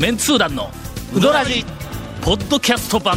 メンツー団のウドラジポッドキャスト版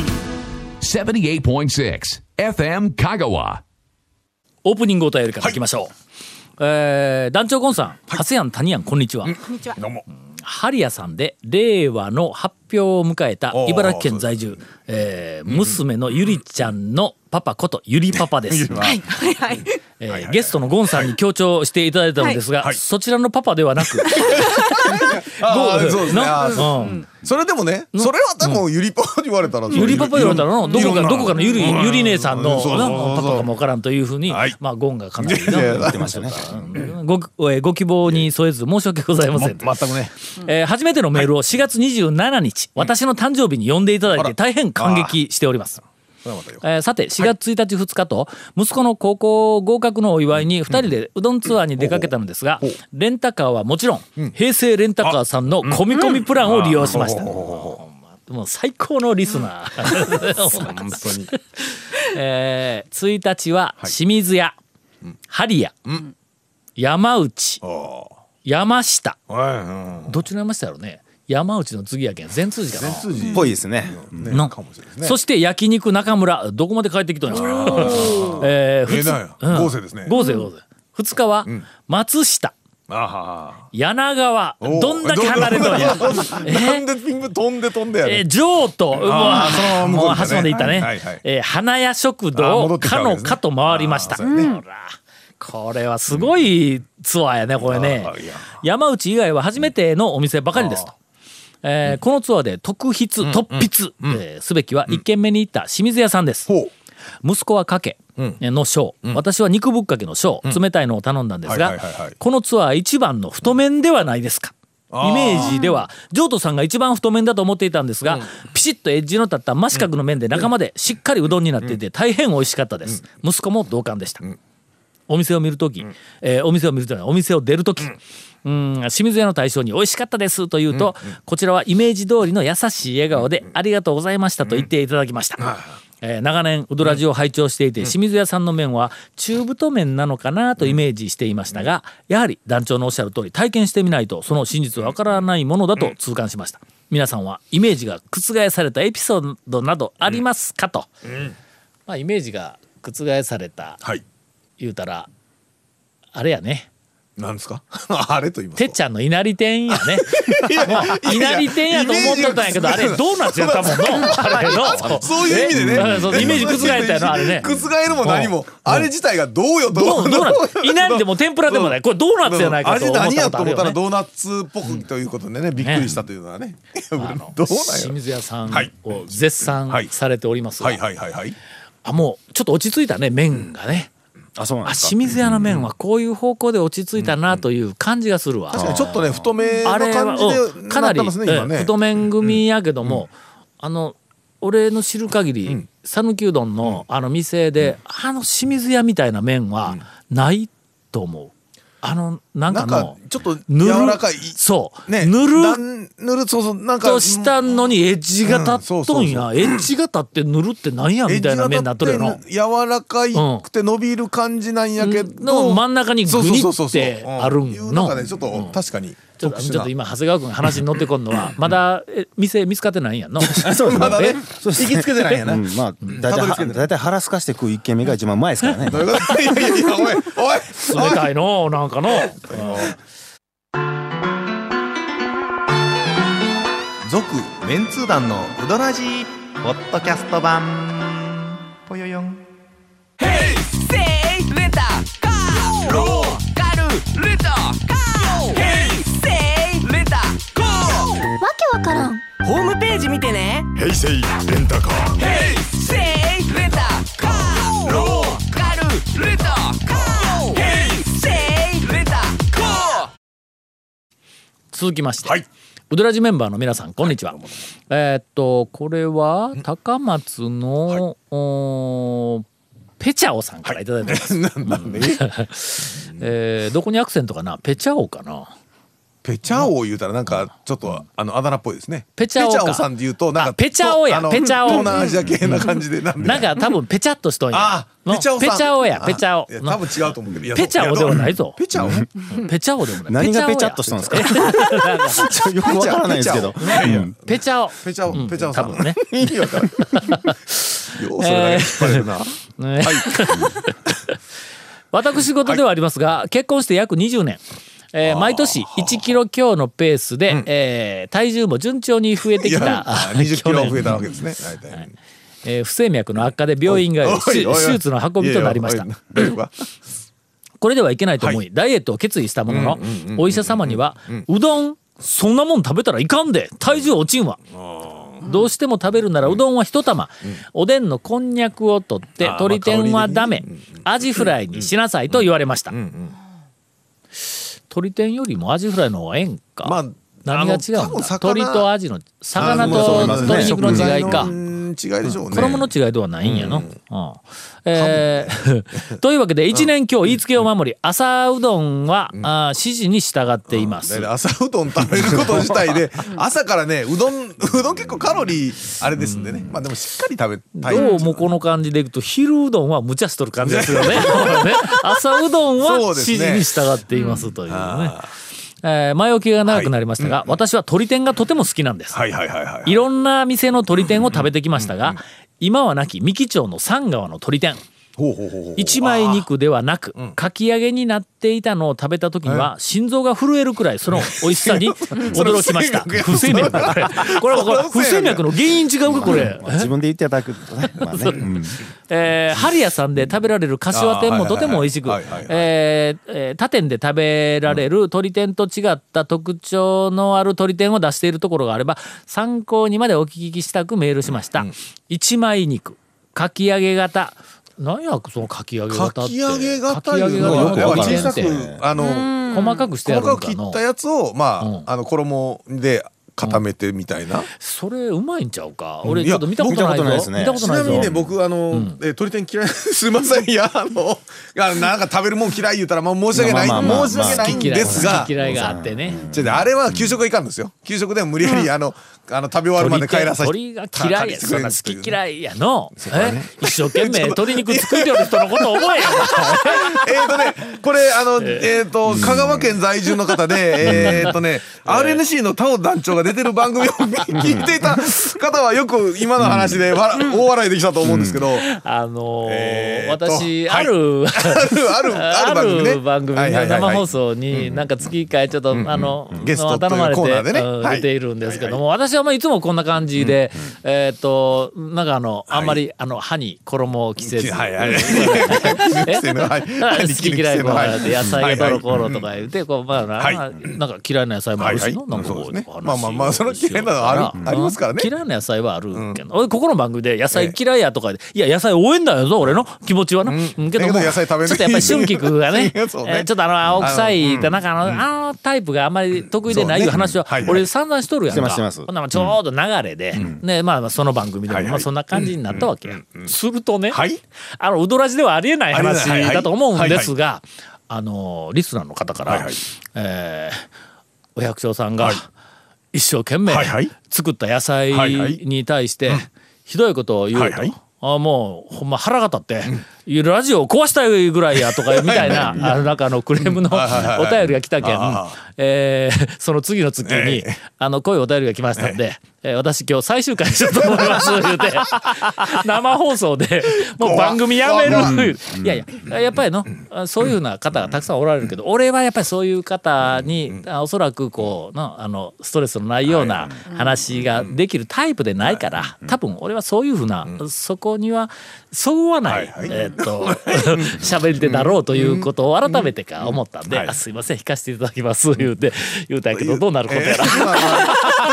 78.6 FM 香川。 オープニングお便りからいきましょう、団長ゴンさん、ハセヤンタニヤン、こんにちは。 どうも。 ハリヤさんで令和の発表を迎えた茨城県在住、娘のゆりちゃんのパパことゆりパパです。 はいはいはい。 ゲストのゴンさんに強調していただいたのですが、そちらのパパではなくそうですね。それでもね、それは多分ゆりパパに言われたら、 ゆりパパ言われたらのどこかのゆり姉さんのそうパパかもわからんというふうに、まあゴンがかなり言ってましたね。ご希望に添えず申し訳ございません。 全くね。 初めてのメールを4月27日、私の誕生日に読んでいただいて大変感激しております。さて4月1日2日と息子の高校合格のお祝いに2人でうどんツアーに出かけたのですが、レンタカーはもちろん平成レンタカーさんの込み込みプランを利用しました。もう最高のリスナー。 本当に。 1日は清水屋、針屋、山内、山下、どっちの山下やろうね。山内の次やけん善通寺かな。 善通寺っぽいですね。 そして焼肉中村、どこまで帰ってきたんですか。 豪勢ですね。 豪勢。2日は松下、柳川、どんだけ離れとんや。 なんでピンク飛んでやね。 上都、もう端まで行ったね。花屋食堂かのかと回りました。これはすごいツアーやね、これね。山内以外は初めてのお店ばかりですと。このツアーで特筆すべきは1軒目に行った清水屋さんです。息子はかけの小、私は肉ぶっかけの小、冷たいのを頼んだんですが、このツアー一番の太麺ではないですか。イメージでは譲渡さんが一番太麺だと思っていたんですが、ピシッとエッジの立った真四角の麺で中までしっかりうどんになっていて大変美味しかったです。息子も同感でした。お店を出るとき、清水屋の大将に美味しかったですと言うと、こちらはイメージ通りの優しい笑顔でありがとうございましたと言っていただきました。長年うどらじを拝聴していて、清水屋さんの麺は中太麺なのかなとイメージしていましたが、やはり団長のおっしゃる通り体験してみないとその真実はわからないものだと痛感しました。皆さんはイメージが覆されたエピソードなどありますかと。まあイメージが覆された、言うたらあれやね。 なんですか。あれと言いますてっちゃんのいなり店やね。いなり店やと思っとったんやけど、あれドーナツやったもんの。あれの。 そういう意味でね。 イメージ覆ったやのあれね。 覆るも何もあれ自体がどうよと。 ドーナツ。いなりでも天ぷらでもない。これドーナツじゃないかと思った味何やことあるよね。 と思ったらドーナツっぽくということでね、びっくりしたというのはね。どうなんや。 清水屋さんを絶賛されておりますが、もうちょっと落ち着いたね、麺がね。清水屋の麺はこういう方向で落ち着いたなという感じがするわ。 確かにちょっとね太めの感じでかなりね、 太麺組やけども、俺の知る限り讃岐うどんの店で清水屋みたいな麺はないと思う。なんかのちょっと柔らかい、 そうね、 ぬるそうなんかとしたのにエッジが立っとんや。エッジが立ってぬるってなんやみたいな麺になっとるやろ。 柔らかくて伸びる感じなんやけど、 真ん中にグニってあるんの。 なんかねちょっと確かにちょっと今長谷川君が話に乗ってこんのはまだ店見つかってないんやんの。 まだね行きつけてないんやな。 まあだいたい腹すかして食う一軒目が一番うまいですからね。 おい冷たいのなんかの。 続メンツー団のウドラジーポッドキャスト版ぽよよん。 レンタカーローカルレンタカーヘイセイレンタカーわけわからん。 ホームページ見てね。 ヘイセイレンタカーヘイセイレンタカーローカルレンタカーヘイセイレンタカー。 続きまして、うどらじメンバーの皆さんこんにちは。これは高松の、ペチャオさんからいただいてます。どこにアクセントかな。ペチャオかな。 ペチャオ言うたらなんかちょっとあだ名っぽいですね。 ペチャオか。 ペチャオさんで言うとなんかペチャオやペチャオ。 東南アジア系な感じでなんか多分ペチャっとしとんや。 ペチャオさん。 ペチャオやペチャオ。 多分違うと思うけど。 ペチャオではないぞ。 ペチャオ？ ペチャオでもない。 何がペチャっとしたんですか？よくわからないですけど。 ペチャオ。 ペチャオさん。 多分ね。 意味わからん。ようそれだけ引っ張れるな。はい。 私事ではありますが、結婚して約20年。毎年1キロ強のペースで、体重も順調に増えてきた 20キロ増えたわけですね。 不整脈の悪化で病院が手術の運びとなりました。これではいけないと思いダイエットを決意したものの、お医者様にはうどんそんなもん食べたらいかんで体重落ちんわ。どうしても食べるならうどんは一玉、おでんのこんにゃくを取って鶏天はダメ、アジフライにしなさいと言われました。鶏天よりもアジフライの方がええんか、何が違うんだ。鶏とアジの魚と鶏肉の違いか。 違いでしょうね。 衣の違いではないんやの。というわけで1年今日言いつけを守り朝うどんは指示に従っています。 朝うどん食べること自体で朝からねうどん結構カロリーあれですんでね。まあでもしっかり食べたい。 どうもこの感じでいくと昼うどんは無茶しとる感じですよね。朝うどんは指示に従っていますというね。前置きが長くなりましたが、私は鶏天がとても好きなんです。いろんな店の鶏天を食べてきましたが、今はなき三木町の三川の鶏天、一枚肉ではなくかき揚げになっていたのを食べた時には心臓が震えるくらいその美味しさに驚きました。不整脈だこれ不整脈の原因違うかこれ。 自分で言っていただくとね。針屋さんで食べられる柏天もとても美味しく、他店で食べられる鶏天と違った特徴のある鶏天を出しているところがあれば参考にまでお聞きしたくメールしました。一枚肉かき揚げ型、何やそのかき揚げ型って。 かき揚げ型いうのは小さく細かくしてやるんかの。 細かく切ったやつを衣で固めてみたいな。 それうまいんちゃうか。俺ちょっと見たことないぞ。見たことないぞ。 ちなみにね僕鶏天嫌いすいません。いやなんか食べるもん嫌い言うたら申し訳ないんですが、 好き嫌いがあってね。 あれは給食がいかんですよ。給食でも無理やり食べ終わるまで帰らさせて。 鶏が嫌いや、そんな好き嫌いやの。一生懸命鶏肉作ってる人のこと思えよ。 これ香川県在住の方でRNC のタオ団長が出てる番組を聞いていた方はよく今の話で大笑いできたと思うんですけど、 私ある番組の生放送になんか月1回ちょっとゲストというコーナーでね出ているんですけども、私はいつもこんな感じでなんかあんまり歯に衣を着せず好き嫌いもあって野菜がどろころとか言ってなんか嫌いな野菜もあるしのなんかこうその嫌いなのありますからね。 嫌いな野菜はあるけど、俺ここの番組で野菜嫌いやとかで、いや野菜応援だよぞ俺の気持ちはな。けどもちょっとやっぱり春菊がねちょっと青臭いってなんかタイプがあんまり得意でないいう話は俺散々しとるやんか。ちょうど流れでその番組でもそんな感じになったわけや。するとねうどらじではありえない話だと思うんですが、リスナーの方からお百姓さんが一生懸命作った野菜に対してひどいことを言うと、もうほんま腹が立ってラジオを壊したいぐらいやとかみたいななんかクレームのお便りが来たけん、その次の月にこういうお便りが来ましたんで、私今日最終回しようと思います言うて生放送でもう番組やめる。いやいややっぱりそういうふうな方がたくさんおられるけど、俺はやっぱりそういう方におそらくこうストレスのないような話ができるタイプでないから、多分俺はそういうふうなそこにはそぐわない喋り手だろうということを改めて思ったんで、すいません引かせていただきます言うたんやけど、どうなることやら。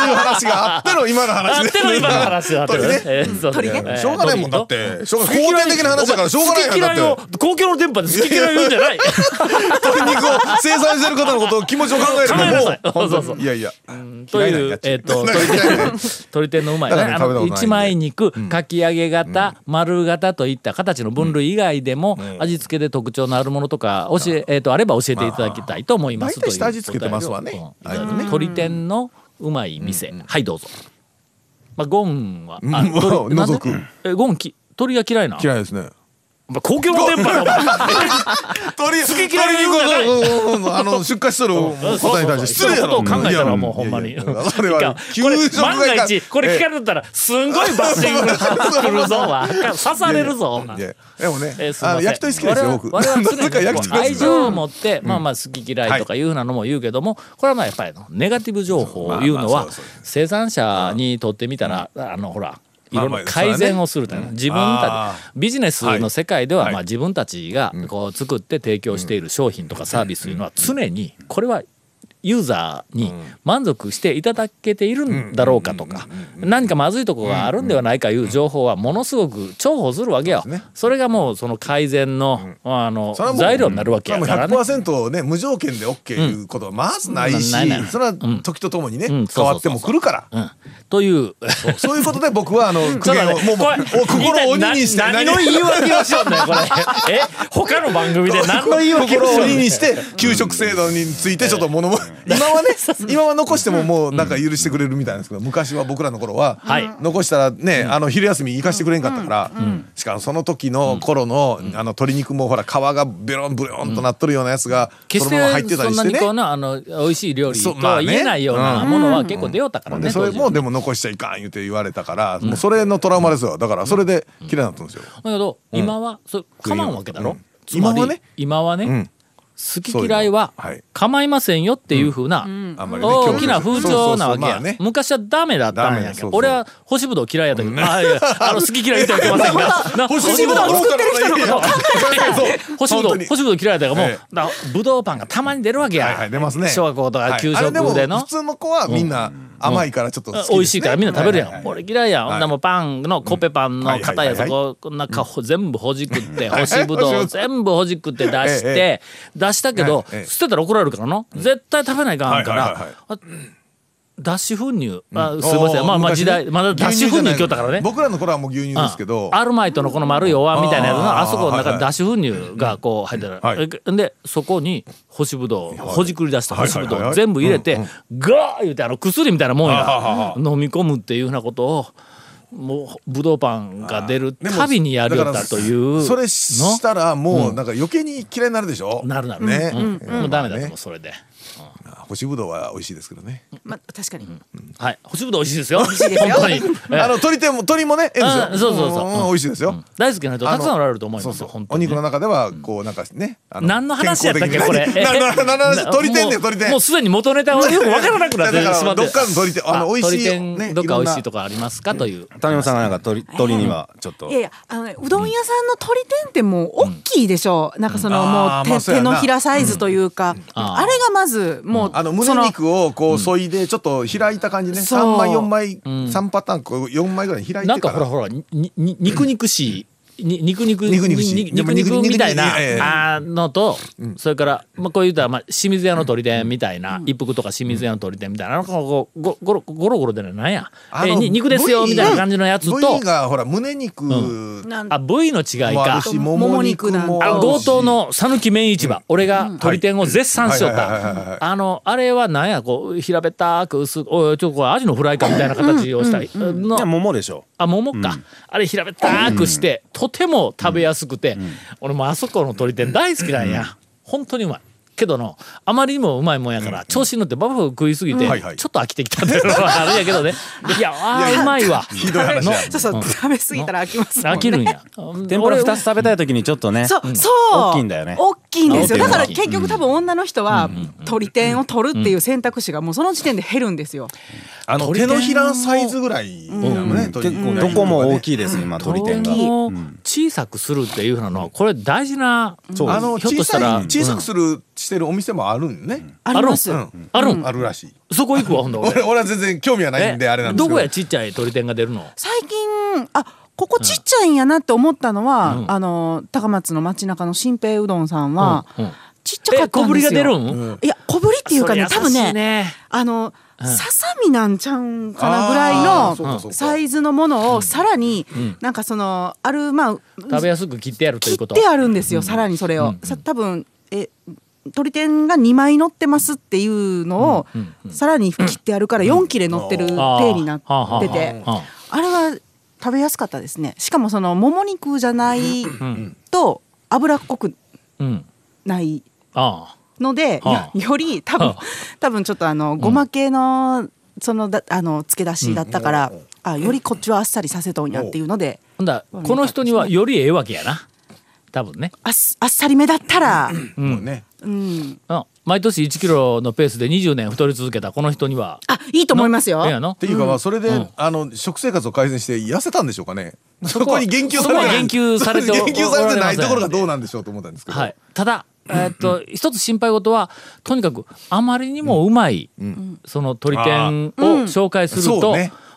いう話があっての今の話あっての今の話だってね。 しょうがないもんだって。しょうがない。後天的な話だからしょうがないやんだって。 好き嫌いを公共の電波で好き嫌いを言うんじゃない。 鶏肉を生産してる方のことを気持ちを考えるともうそうそう。 いやいや。 という鶏天のうまいね。一枚肉、かき揚げ型、丸型といった形の分類以外でも味付けで特徴のあるものとかあれば教えていただきたいと思います。 大体下味付けてますわね。 鶏天のうまい店、はいどうぞ。まあゴンは除く。 ゴン鳥が嫌いな。 嫌いですね。 公共の電波の鳥好き嫌い言うんじゃない。 出荷しとる方に対して失礼やろ。 ことを考えたらもうほんまに。 それはこれ万が一これ聞かれたらすんごいバッシング来るぞは刺されるぞ。 でもね、焼き鳥好きですよ僕。 我々は常に愛情を持ってまあまあ好き嫌いとかいうふうなのも言うけども、これはまあやっぱりネガティブ情報を言うのは生産者にとってみたらほら。いろんな改善をするため、自分たちビジネスの世界ではまあ自分たちがこう作って提供している商品とかサービスというのは常にこれはユーザーに満足していただけているんだろうかとか、何かまずいところがあるんではないかいう情報はものすごく重宝するわけよ。それがもうその改善の材料になるわけやからね。 100% ね無条件で OK いうことはまずないし、それは時とともにね変わってもくるから。 というそういうことで僕は苦言をもう心を鬼にして何の言い訳をしようねこれ。他の番組で何の言い訳をしよう。 心を鬼にして給食制度についてちょっと物今は残してももうなんか許してくれるみたいなんですけど、昔は僕らの頃は残したらね昼休み行かしてくれんかったから、しかもその時の頃の鶏肉もほら皮がベロンブロンとなっとるようなやつがそのまま入ってたりしてね、 決してそんなに美味しい料理とは言えないようなものは結構出ようたからね。 それもでも残しちゃいかん言われたから、もうそれのトラウマですよ。だからそれで嫌いになったんですよ。 だけど今は構わんわけだろ。今はね好き嫌いは構いませんよっていう風な大きな風潮なわけや。昔はダメだったんやけど、俺は干しぶどう嫌いやったけど、好き嫌い言ってはいけませんが、 干しぶどう作ってる人のこと干しぶどう嫌いだからもうぶどうパンがたまに出るわけや。小学校とか給食での普通の子はみんな甘いからちょっと美味しいからみんな食べるやん。俺嫌いやん。ほんなもパンのコッペパンの硬いやつこう中全部ほじくって干しぶどう全部ほじくって出したけど捨てたら怒られるからの絶対食べないかんから脱脂粉乳すいませんまあ時代まだ脱脂粉乳今日だからね。 僕らの頃はもう牛乳ですけどアルマイトのこの丸いお椀みたいなやつのあそこの中に脱脂粉乳がこう入ってるでそこに干しぶどうほじくり出した干しぶどう全部入れてガー言うて薬みたいなもんや飲み込むっていうふうなことをもうぶどうパンが出るたびにやるよだというそれしたらもうなんか余計に嫌いになるでしょ。 なるね。もうダメだと思うそれで。 干しぶどうは美味しいですけどね。 まあ確かに。 はい、干しぶどう美味しいですよ。本当に。 鶏もね、 そう美味しいですよ。 大好きな人たくさんおられると思います。 お肉の中ではこうなんかね。 何の話やったっけこれ。 鶏天ね鶏天。 もうすでに元ネタはよくわからなくなってしまって。 どっかの鶏天美味しいね。 どっか美味しいとかありますかという。 谷本さんがなんか鶏にはちょっと。 いやうどん屋さんの鶏天ってもう大きいでしょ。なんかそのもう手のひらサイズというか、あれがまずもう胸肉をこう削いでちょっと開いた感じね。3枚4枚3パターン4枚ぐらい開いてなんかほら肉々しい肉みたいなのとそれからこう言うたら清水屋の鶏天みたいな一服とか清水屋の鶏天みたいなゴロゴロでなんや肉ですよみたいな感じのやつと部位がほら胸肉部位の違いかもも肉も強盗の讃岐麺市場俺が鶏天を絶賛しよったあれはなんやこう平べったく薄くちょっとこれアジのフライかみたいな形をしたりの桃でしょ。 桃かあれ平べったくしてとても食べやすくて俺もあそこの鶏天大好きなんや。本当にうまいけどのあまりにもうまいもんやから調子に乗ってババフ食いすぎてちょっと飽きてきたっていうのはあるんやけどね。いやうまいわ。 ひどい話や。 食べ過ぎたら飽きますもんね。 飽きるんや。 天ぷら2つ食べたい時にちょっとね大きいんだよね。 大きいんですよ。だから結局多分女の人は鶏天を取るっていう選択肢がもうその時点で減るんですよ。 手のひらサイズぐらいなのね。 という、 結構どこも大きいです今鳥天が。 を小さくするっていうのはこれ大事な、ひょっとしたら小さくしてるお店もあるんね。 あります。 あるん、 あるらしい。 そこ行くわほんで俺は全然興味はないんであれなんですけど。 どこやちっちゃい鳥天が出るの？ 最近ここちっちゃいんやなって思ったのは、高松の街中の新平うどんさんは、ちっちゃかったんですよ。 小ぶりが出るん？ いや小ぶりっていうかね、多分ねささみなんちゃうんかなぐらいのサイズのものをさらになんか食べやすく切ってやるということ。 切ってあるんですよ。さらにそれを多分鶏天が2枚乗ってますっていうのをさらに切ってあるから4切れ乗ってる体になってて、あれは食べやすかったですね。しかもそのもも肉じゃないと脂っこくないので、より多分ちょっとごま系の漬け出しだったから、よりこっちはあっさりさせとんやっていうので、 ほんだこの人にはよりええわけやな多分ね。 あっさりめだったらもうね、 毎年1キロのペースで20年太り続けたこの人にはいいと思いますよ。 っていうかそれで食生活を改善して痩せたんでしょうかね。そこに言及されてないところがどうなんでしょうと思ったんですけど、 ただ一つ心配事はとにかくあまりにもうまいその鶏天を紹介すると、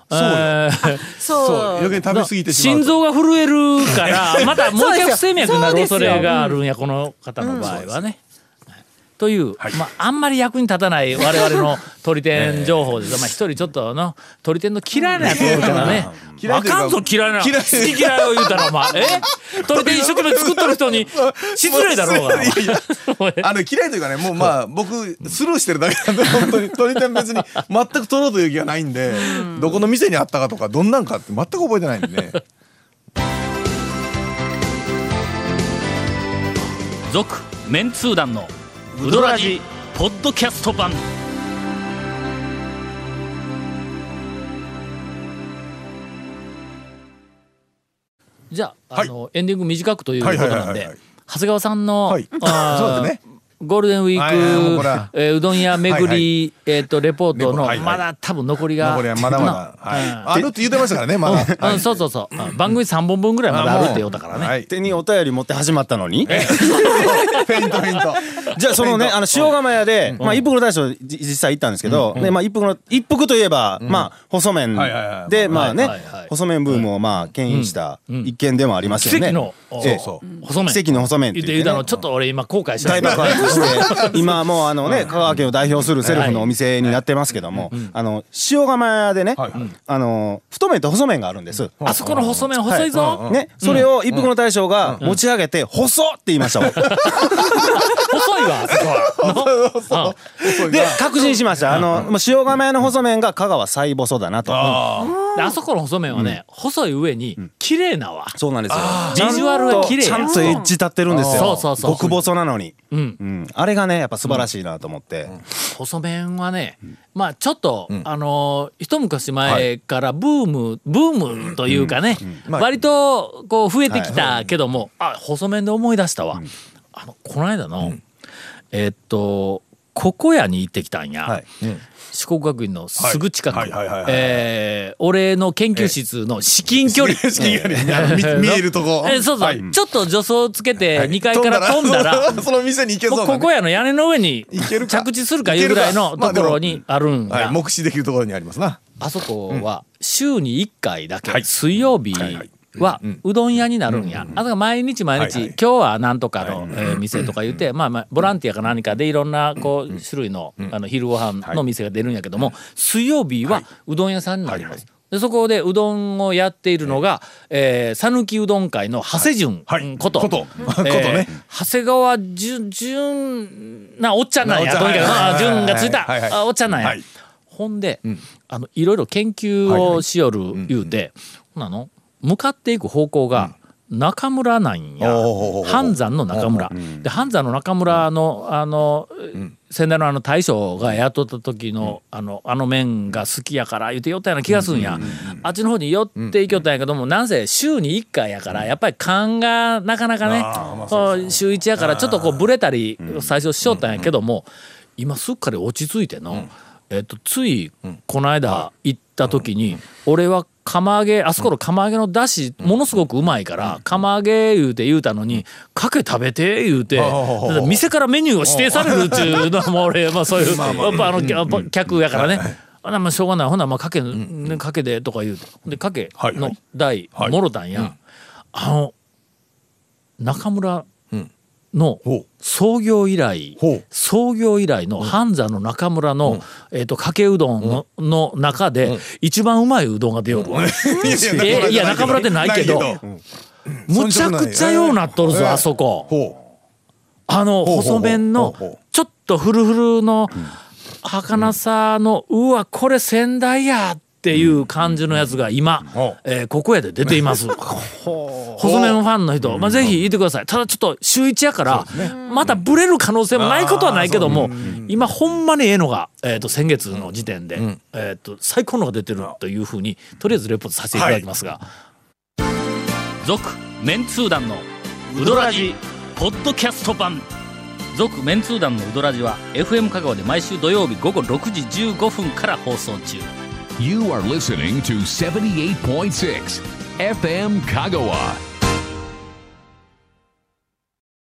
そう余計に食べ過ぎてしまうと心臓が震えるからまたもう一回不整脈になる恐れがあるんやこの方の場合はね。という、あんまり役に立たない我々の鳥天情報です。一人ちょっと鳥天の嫌いなやつおるからね。あかんぞ嫌いな好き嫌いを言うたら鳥天一生懸命作っとる人に失礼だろうが。 嫌いというかね、もう僕スルーしてるだけなんで本当に鳥天別に全く取ろうという気がないんで、どこの店にあったかとかどんなんかって全く覚えてないんでね。 続メンツー団のウドラジポッドキャスト版。じゃあ、エンディング短くということなんで長谷川さんの、そうですね、ゴールデンウィーク、うどん屋巡り、レポートのまだ多分残りがまだまだあるって言ってましたからね。まだそう番組3本分ぐらいまだあるって言うたからね。 手にお便り持って始まったのにフェイントじゃあそのね塩釜屋で一服の大将実際行ったんですけど、一服といえば細麺で細麺ブームを牽引した一件でもありますよね。 奇跡の細麺って言ってね、 ちょっと俺今後悔して今もう香川県を代表するセルフのお店になってますけども、塩釜屋でね太麺と細麺があるんです。 あそこの細麺細いぞね、それを一服の大将が持ち上げて細っって言いましたもん。 細いわあそこは。 で確信しました。塩釜屋の細麺が香川最細だなと。 あそこの細麺はね、細い上に綺麗なわ。 そうなんですよ。 ビジュアルが綺麗。 ちゃんとエッジ立ってるんですよ。 そう極細なのに。あれがねやっぱ素晴らしいなと思って。 細麺はね、ちょっと一昔前からブームというかね、割とこう増えてきたけども、細麺で思い出したわ。この間のここ屋に行ってきたんや。四国学院のすぐ近く、俺の研究室の至近距離見えるとこ、 そうちょっと助走つけて2階から飛んだらその店に行けそうな、 ここやの屋根の上に着地するかいうぐらいのところにあるんや。 目視できるところにありますな。 あそこは週に1回だけ水曜日はうどん屋になるんや。あとが毎日今日はなんとかの店とか言ってボランティアか何かでいろんなこう種類の昼ご飯の店が出るんやけども、水曜日はうどん屋さんになります。でそこでうどんをやっているのが讃岐うどん会の長谷淳こと長谷川淳なおっちゃんなんや。とにかく淳がついたおっちゃんなんや。ほんでいろいろ研究をしよる言うて向かっていく方向が中村なんや。半山の中村で、半山の中村の先代の大将が雇った時の麺が好きやから言って寄ったような気がするんや。あっちの方に寄っていきよったんやけども、なんせ週に1回やからやっぱり勘がなかなかね週1やからちょっとこうブレたり最初しよったんやけども、今すっかり落ち着いてのついこの間行った時に俺は釜揚げあそこの釜揚げのだしものすごくうまいから釜揚げ言うたのにかけ食べて言うて店からメニューを指定されるっていうのはもう俺そういうやっぱ客やからねまあしょうがないほんならかけでとか言うてでかけの台もろたんや中村の創業以来の半座の中村のかけうどんの中で一番うまいうどんが出よるいや中村でないけどむちゃくちゃようなっとるぞあそこ細麺のちょっとフルフルの儚さのうわこれ仙台やっていう感じのやつが今ここやで出ています細麺ファンの人ぜひ言ってください。ただちょっと週1やからまたブレる可能性もないことはないけども今ほんまにええのが先月の時点で最高のが出てるというふうにとりあえずレポートさせていただきますが続メンツー団のウドラジポッドキャスト版続メンツー団のウドラジは FM 香川で毎週土曜日午後6時15分から放送中。 You are listening to 78.6 FM Kagawa.